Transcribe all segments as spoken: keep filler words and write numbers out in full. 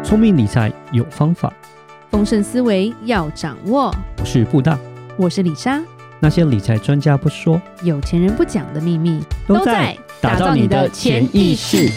聪明理财有方法， 丰盛思维要掌握。 我是布大， 我是李莎。 那些理财专家不说， 有钱人不讲的秘密， 都在打造你的潜意识。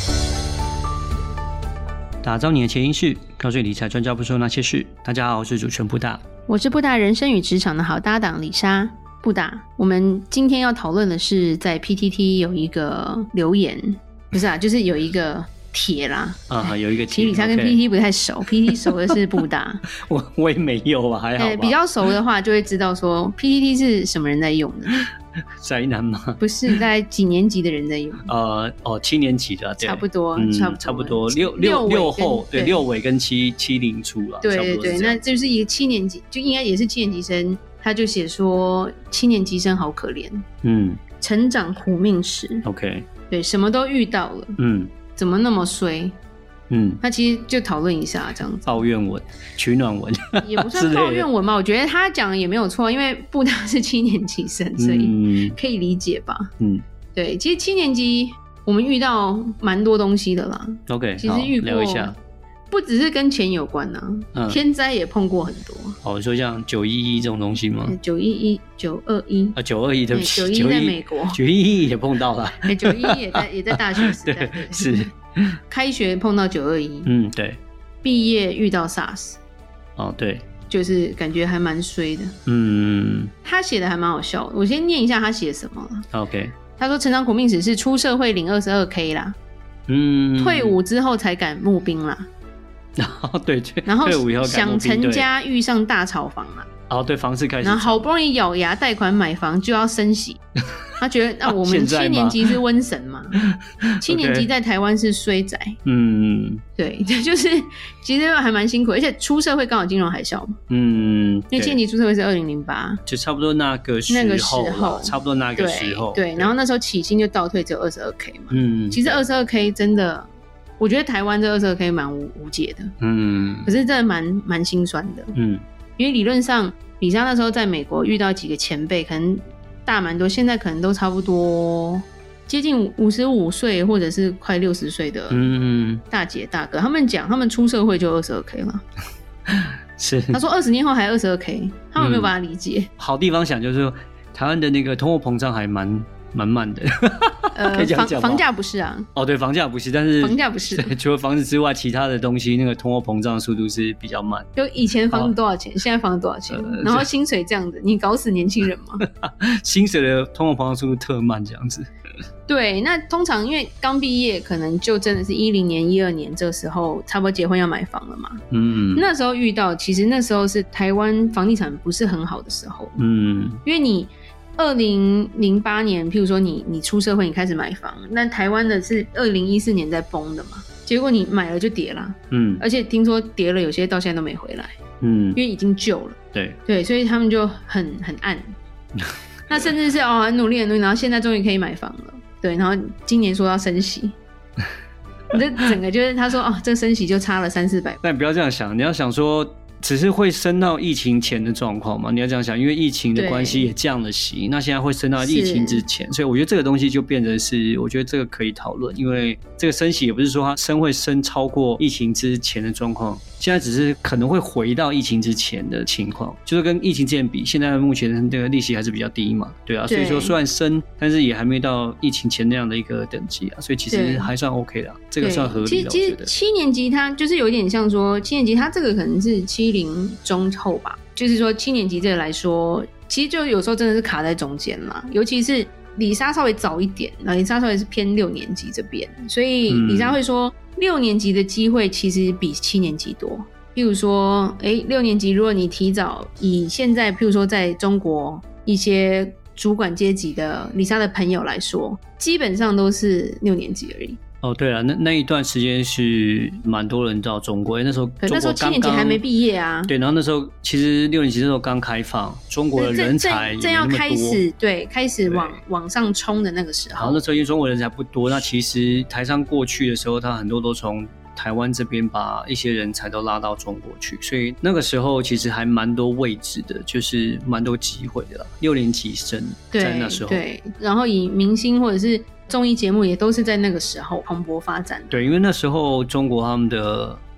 打造你的潜意识，告诉理财专家不说那些事。大家好，我是主持人布大， 我是布大人生与职场的好搭档李莎。布大，我们今天要讨论的是在 P T T 有一个留言，不是啊，就是有一个帖啦， 啊，有一个帖。 其实李莎跟 P T T 不太熟、okay. ，P T T 熟的是布大， 我我也没有啊，还好吧。 比较熟的话就会知道说 P T T 是什么人在用的。 宅男吗？ 不是，在几年级的人在用？ 呃，哦，七年级的，对， 差不多， 嗯、 差不多， 差不多六六六后，对，六尾跟七七零出了， 对对对，那就是一个七年级，就应该也是七年级生，他就写说七年级生好可怜，嗯，成长苦命史 ，OK， 对，什么都遇到了，嗯，怎么那么衰？嗯，他其实就讨论一下这样子， 抱怨文、取暖文， 也不算抱怨文嘛。我觉得他讲的也没有错，因为布大是七年级生，所以可以理解吧。嗯，对，其实七年级我们遇到蛮多东西的啦。 OK， 其实遇过， 聊一下， 不只是跟钱有关啊，嗯、天灾也碰过很多。 哦，说像九一一这种东西吗？ 九一一、九二一啊，九二一对不起， 九一在美国， 九一一也碰到了， 九一一也在也在大学时代， 对，是。 开学碰到九二一，嗯， 对， 毕业遇到 SARS， 哦，对， 就是感觉还蛮衰的，嗯，他写的还蛮好笑的，我先念一下他写什么了 ，OK， 他说成长苦命史是出社会领 二十二K 啦，嗯，退伍之后才敢募兵啦， 哦，对， 然后退伍以后想成家遇上大炒房啦， 哦，对，房市开始， 然后好不容易咬牙贷款买房就要升息。他觉得、啊、我们七年级是瘟神嘛，七年级在台湾是衰宅，嗯，对，就是其实还蛮辛苦，而且出社会刚好金融海啸嘛，嗯，因为七年级出社会是二零零八， 就差不多那个时候，那个时候差不多那个时候， 对，对，然后那时候起薪就倒退只有 二十二K 嘛，嗯，其实 二十二K 真的，我觉得台湾这 二十二K 蛮 无, 无解的，嗯，可是真的蛮蛮心酸的，嗯，因为理论上李莎那时候在美国遇到几个前辈，可能大蛮多，现在可能都差不多接近五十五岁或者是快六十岁的大姐大哥，他们讲他们出社会就 二十二K 了， 是他说二十年后还 二十二K， 他们没有办法理解、嗯、 好地方想就是说台湾的那个通货膨胀还蛮蛮慢的， 呃，房房价不是啊， 哦，对，房价不是，但是房价不是， 除了房子之外，其他的东西那个通货膨胀的速度是比较慢。 就以前房子多少钱，现在房子多少钱，呃、然后薪水这样子，你搞死年轻人吗？ 薪水的通货膨胀速度特慢，这样子。 对，那通常因为刚毕业，可能就真的是一零年、一二年这时候，差不多结婚要买房了嘛。嗯，那时候遇到，其实那时候是台湾房地产不是很好的时候。嗯，因为你。二零零八年，譬如说你你出社会，你开始买房，那台湾的是二零一四年在崩的嘛，结果你买了就跌了，嗯，而且听说跌了，有些到现在都没回来，嗯，因为已经旧了， 对对，所以他们就很很暗，那甚至是哦很努力很努力，然后现在终于可以买房了，对，然后今年说要升息，这整个就是他说哦，这升息就差了三四百， 但不要这样想，你要想说。只是会升到疫情前的状况嘛？你要这样想，因为疫情的关系也降了息，那现在会升到疫情之前，所以我觉得这个东西就变成是，我觉得这个可以讨论，因为这个升息也不是说它升会升超过疫情之前的状况，现在只是可能会回到疫情之前的情况，就是跟疫情之前比，现在目前的这个利息还是比较低嘛，对啊，所以说虽然升，但是也还没到疫情前那样的一个等级啊，所以其实还算 OK 啦，这个算合理的。 其实七年级它就是有点像说，七年级它这个可能是七零中后吧，就是说七年级这个来说，其实就有时候真的是卡在中间啦，尤其是李莎稍微早一点，那李莎稍微是偏六年级这边，所以李莎会说六年级的机会其实比七年级多。譬如说，哎，六年级如果你提早，以现在譬如说在中国一些主管阶级的李莎的朋友来说，基本上都是六年级而已。 哦，对了，那那一段时间是蛮多人到中国，那时候中国刚刚那时候七年级还没毕业啊。 对，然后那时候其实六年级那时候刚开放，中国的人才也没那么多，正要开始对开始往往上冲的那个时候。 然后那时候因为中国人才不多，那其实台商过去的时候，他很多都从台湾这边把一些人才都拉到中国去，所以那个时候其实还蛮多位置的，就是蛮多机会的啦。六年级生在那时候， 对，对，然后以明星或者是综艺节目也都是在那个时候蓬勃发展。 对，因为那时候中国他们的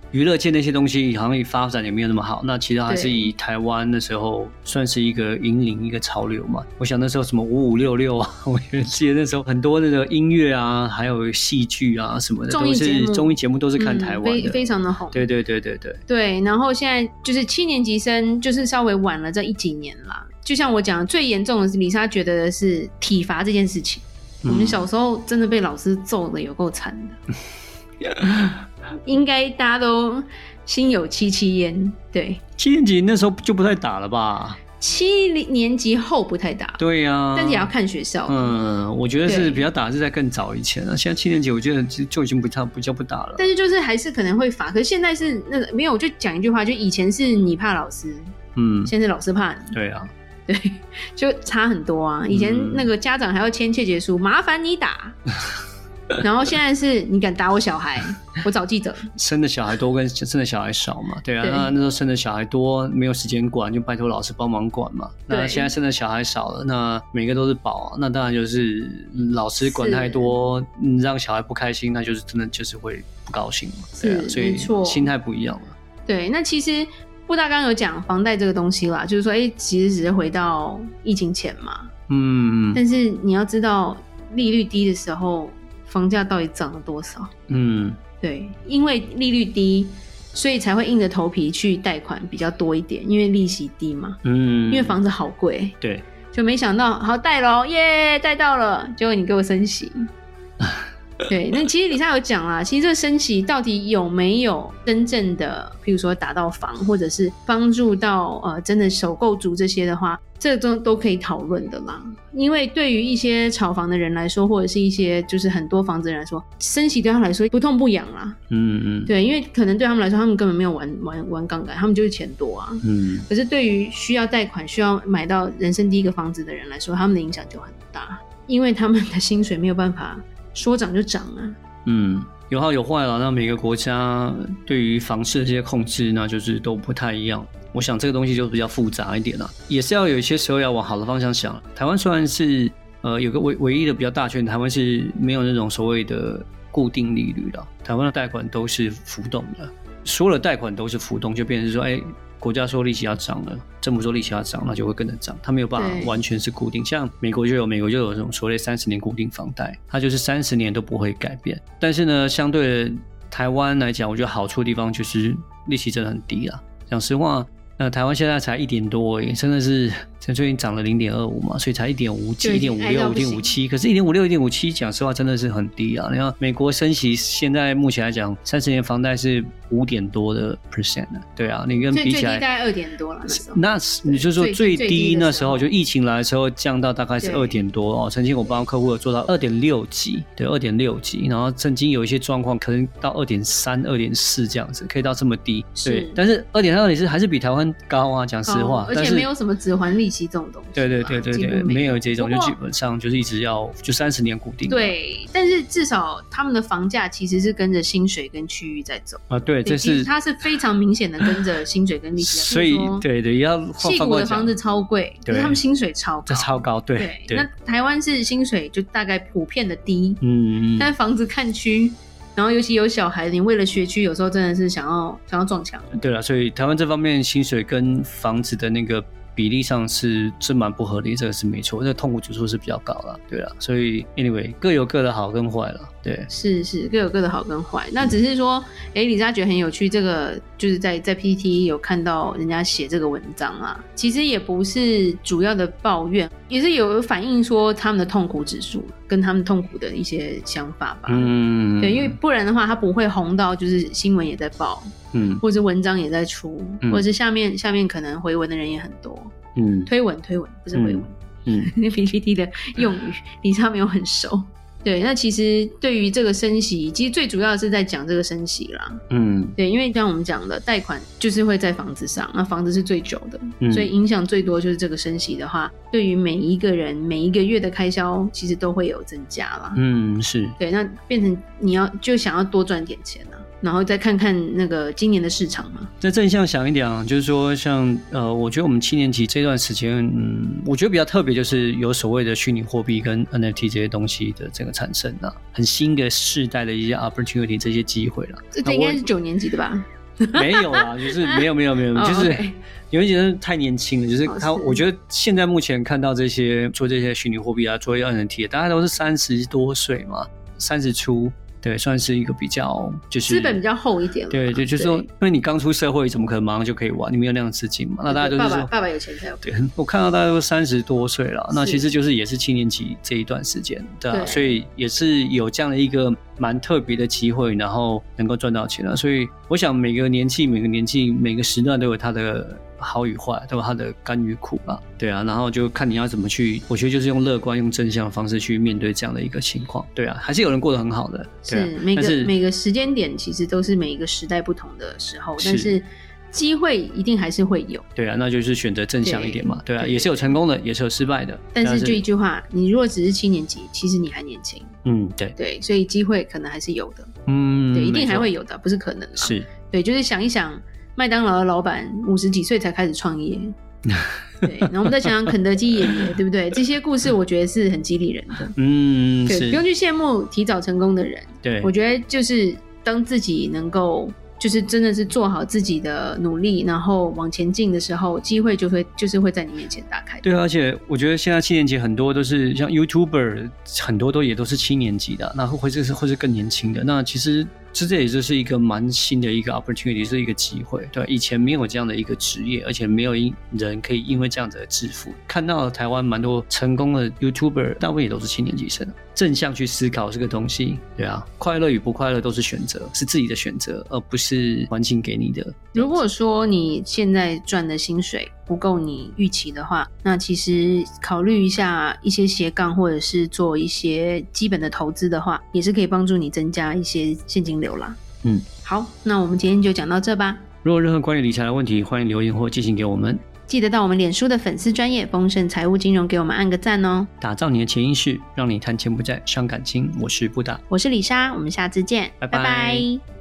娱乐界那些东西好像发展也没有那么好，那其实还是以台湾那时候算是一个引领一个潮流嘛。我想那时候什么五五六六啊，我记得那时候很多那个音乐啊，还有戏剧啊什么的， 综艺节目都是综艺节目都是看台湾的， 嗯、非, 非常的红。 对对对对对对，然后现在就是七年级生，就是稍微晚了这一几年啦。就像我讲，最严重的是李莎觉得的是体罚这件事情。嗯、我们小时候真的被老师揍的有够惨的。应该大家都心有戚戚焉。对， 七年级那时候就不太打了吧？ 七年级后不太打。 对呀、啊， 但是也要看学校。 嗯，我觉得是比较打是在更早以前了。现在七年级我觉得就已经不太比较不打了。 但是就是还是可能会罚，可是现在是那个没有，我就讲一句话，就以前是你怕老师，嗯，现在是老师怕你。 对啊。 对，就差很多啊！以前那个家长还要签切结书，麻烦你打。然后现在是你敢打我小孩，我找记者。 生的小孩多跟生的小孩少嘛，对啊。对，那那时候生的小孩多，没有时间管，就拜托老师帮忙管嘛。那现在生的小孩少了，那每个都是宝啊，那当然就是老师管太多，让小孩不开心，那就是真的就是会不高兴嘛。对啊，所以心态不一样了。 对，那其实布大刚有讲房贷这个东西啦，就是说，哎，其实只是回到疫情前嘛。嗯，但是你要知道，利率低的时候。房价到底涨了多少？嗯，对，因为利率低，所以才会硬着头皮去贷款比较多一点，因为利息低嘛。嗯，因为房子好贵。 对， 就没想到好贷咯，耶，贷到了，结果你给我升息。对，那其实李莎有讲啦，其实这个升息到底有没有真正的，譬如说打到房，或者是帮助到呃真的首购族这些的话，这都都可以讨论的啦。因为对于一些炒房的人来说，或者是一些就是很多房子的人来说，升息对他们来说不痛不痒啦。嗯嗯，对，因为可能对他们来说，他们根本没有玩玩玩杠杆，他们就是钱多啊。嗯，可是对于需要贷款、需要买到人生第一个房子的人来说，他们的影响就很大，因为他们的薪水没有办法说涨就涨啊。 嗯，有好有坏啦。那每个国家对于房市的这些控制，那就是都不太一样。我想这个东西就比较复杂一点啦，也是要有一些时候要往好的方向想。台湾虽然是呃有个唯唯一的比较大圈，台湾是没有那种所谓的固定利率的，台湾的贷款都是浮动的，所有的贷款都是浮动，就变成说，哎。国家说利息要涨了，政府说利息要涨，那就会跟着涨，它没有办法完全是固定。像美国就有美国就有这种所谓三十年固定房贷，它就是三十年都不会改变。但是呢，相对的台湾来讲，我觉得好处的地方就是利息真的很低啦。讲实话，那台湾现在才一点多而已，真的是最近涨了零点二五嘛，所以才一点五几、一点五六、一点五七。可是，一点五六、一点五七，讲实话真的是很低啊。你看美国升息，现在目前来讲，三十年房贷是五点多的 percent 的，对啊，你跟比起来，最低大概二点多了那时候。 那你就说最低那时候，就疫情来的时候降到大概是二点多哦。曾经我帮客户有做到二点六几，对，二点六几，然后曾经有一些状况可能到二点三、二点四这样子，可以到这么低。对，但是二点三、二点四还是比台湾高啊，讲实话， 而且没有什么只还利息这种东西。 对对对对对，没有这种，就基本上就是一直要就三十年固定。 对，但是至少他们的房价其实是跟着薪水跟区域在走啊。对，这是它是非常明显的跟着薪水跟利息。 所以对对，要矽谷的房子超贵，可是他们薪水超高， 超高。对对, 对， 那台湾是薪水就大概普遍的低，嗯，但房子看区。然后尤其有小孩，你为了学区，有时候真的是想要想要撞墙。 对了，所以台湾这方面薪水跟房子的那个比例上是是蛮不合理，这个是没错，这个痛苦指数是比较高了，对了，所以 anyway 各有各的好跟坏了，对， 是是各有各的好跟坏。那只是说，哎，李莎觉得很有趣，这个就是在在 P T T 有看到人家写这个文章啊，其实也不是主要的抱怨，也是有反映说他们的痛苦指数跟他们痛苦的一些想法吧。嗯，对，因为不然的话，他不会红到就是新闻也在报。嗯，或者文章也在出，嗯、或者是下面下面可能回文的人也很多，嗯，推文推文不是回文，嗯，那 P P T 的用语李莎没有很熟，对，那其实对于这个升息，其实最主要的是在讲这个升息啦，嗯，对，因为像我们讲的贷款就是会在房子上，那房子是最久的，嗯、所以影响最多就是这个升息的话，对于每一个人每一个月的开销其实都会有增加啦，嗯，是对，那变成你要就想要多赚点钱啊。然后再看看那个今年的市场嘛。再正向想一点啊，就是说像呃，我觉得我们七年级这段时间，嗯，我觉得比较特别，就是有所谓的虚拟货币跟 N F T 这些东西的这个产生啊，很新的世代的一些 opportunity 这些机会了。 这应该是九年级的吧？ 没有啊，就是没有没有没有，就是。Oh, okay. 你会觉得太年轻了，就是他，我觉得现在目前看到这些做这些虚拟货币啊，做 N F T 的，大家都是三十多岁嘛，三十出，对，算是一个比较就是资本比较厚一点。 对对，就是说，因为你刚出社会，怎么可能马上就可以玩？你没有那样的资金嘛？那大家都是说， 爸爸爸爸有钱才有。 对，我看到大家都三十多岁了，那其实就是也是七年级这一段时间，对啊，对，所以也是有这样的一个蛮特别的机会，然后能够赚到钱了。所以我想每个年纪、每个年纪、每个时段都有它的好与坏，都有它的甘与苦啦，对啊，然后就看你要怎么去，我觉得就是用乐观、用正向的方式去面对这样的一个情况，对啊，还是有人过得很好的，对啊， 是每个每个时间点其实都是每一个时代不同的时候，但是机会一定还是会有， 对啊，那就是选择正向一点嘛，对啊，对，也是有成功的，也是有失败的， 但是就一句话，你如果只是七年级，其实你还年轻， 嗯，对对， 所以机会可能还是有的， 嗯， 对，一定还会有的，不是可能啦， 是，对， 就是想一想。麦当劳的老板五十几岁才开始创业，对，然后我们再想想肯德基爷爷，对不对？这些故事我觉得是很激励人的， 嗯， 对，不用去羡慕提早成功的人， 对， 我觉得就是当自己能够就是真的是做好自己的努力，然后往前进的时候，机会就会就是会在你面前打开。 对，而且我觉得现在七年级很多都是像 YouTuber， 很多都也都是七年级的，那会是会是更年轻的，那其实。这也就是一个蛮新的一个 opportunity， 是一个机会，对吧？以前没有这样的一个职业，而且没有人可以因为这样子的致富。看到台湾蛮多成功的 YouTuber， 大部分也都是七年级生。正向去思考这个东西，对啊，快乐与不快乐都是选择，是自己的选择，而不是环境给你的。 如果说你现在赚的薪水不够你预期的话，那其实考虑一下一些斜杠，或者是做一些基本的投资的话，也是可以帮助你增加一些现金流啦。 嗯， 好，那我们今天就讲到这吧。 如果有任何关于理财的问题，欢迎留言或寄信给我们。 记得到我们脸书的粉丝专页丰盛财务金融给我们按个赞哦。 打造你的潜意识，让你谈钱不再伤感情。我是布达， 我是李莎，我们下次见， 拜拜。 拜拜。